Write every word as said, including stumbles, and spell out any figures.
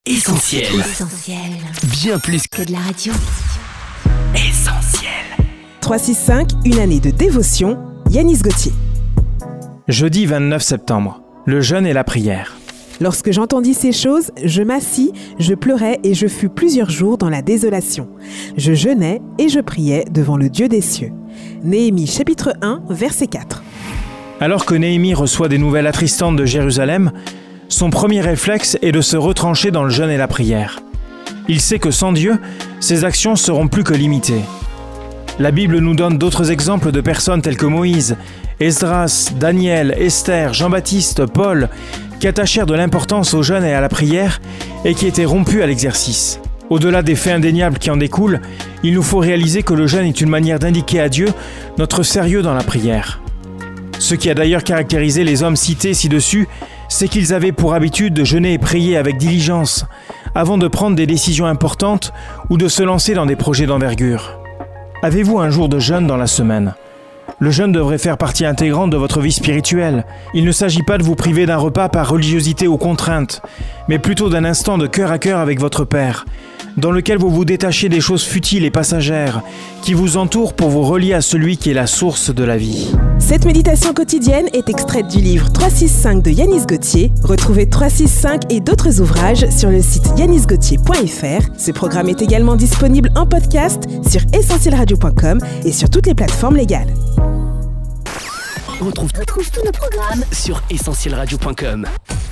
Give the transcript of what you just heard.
Essentiel. Essentiel. Bien plus Que de la radio. Essentiel. trois six cinq, une année de dévotion, Yanis Gauthier. Jeudi vingt-neuf septembre, le jeûne et la prière. Lorsque j'entendis ces choses, je m'assis, je pleurais et je fus plusieurs jours dans la désolation. Je jeûnais et je priais devant le Dieu des cieux. Néhémie chapitre un, verset quatre. Alors que Néhémie reçoit des nouvelles attristantes de Jérusalem, son premier réflexe est de se retrancher dans le jeûne et la prière. Il sait que sans Dieu, ses actions seront plus que limitées. La Bible nous donne d'autres exemples de personnes telles que Moïse, Esdras, Daniel, Esther, Jean-Baptiste, Paul, qui attachèrent de l'importance au jeûne et à la prière et qui étaient rompus à l'exercice. Au-delà des faits indéniables qui en découlent, il nous faut réaliser que le jeûne est une manière d'indiquer à Dieu notre sérieux dans la prière. Ce qui a d'ailleurs caractérisé les hommes cités ci-dessus, c'est qu'ils avaient pour habitude de jeûner et prier avec diligence avant de prendre des décisions importantes ou de se lancer dans des projets d'envergure. Avez-vous un jour de jeûne dans la semaine ? Le jeûne devrait faire partie intégrante de votre vie spirituelle. Il ne s'agit pas de vous priver d'un repas par religiosité ou contrainte, mais plutôt d'un instant de cœur à cœur avec votre Père, dans lequel vous vous détachez des choses futiles et passagères qui vous entourent pour vous relier à celui qui est la source de la vie. Cette méditation quotidienne est extraite du livre trois six cinq de Yanis Gauthier. Retrouvez trois six cinq et d'autres ouvrages sur le site yanis gauthier point f r. Ce programme est également disponible en podcast sur essentiel radio point com et sur toutes les plateformes légales. On retrouve, On retrouve tous nos programmes sur essentiel radio point com.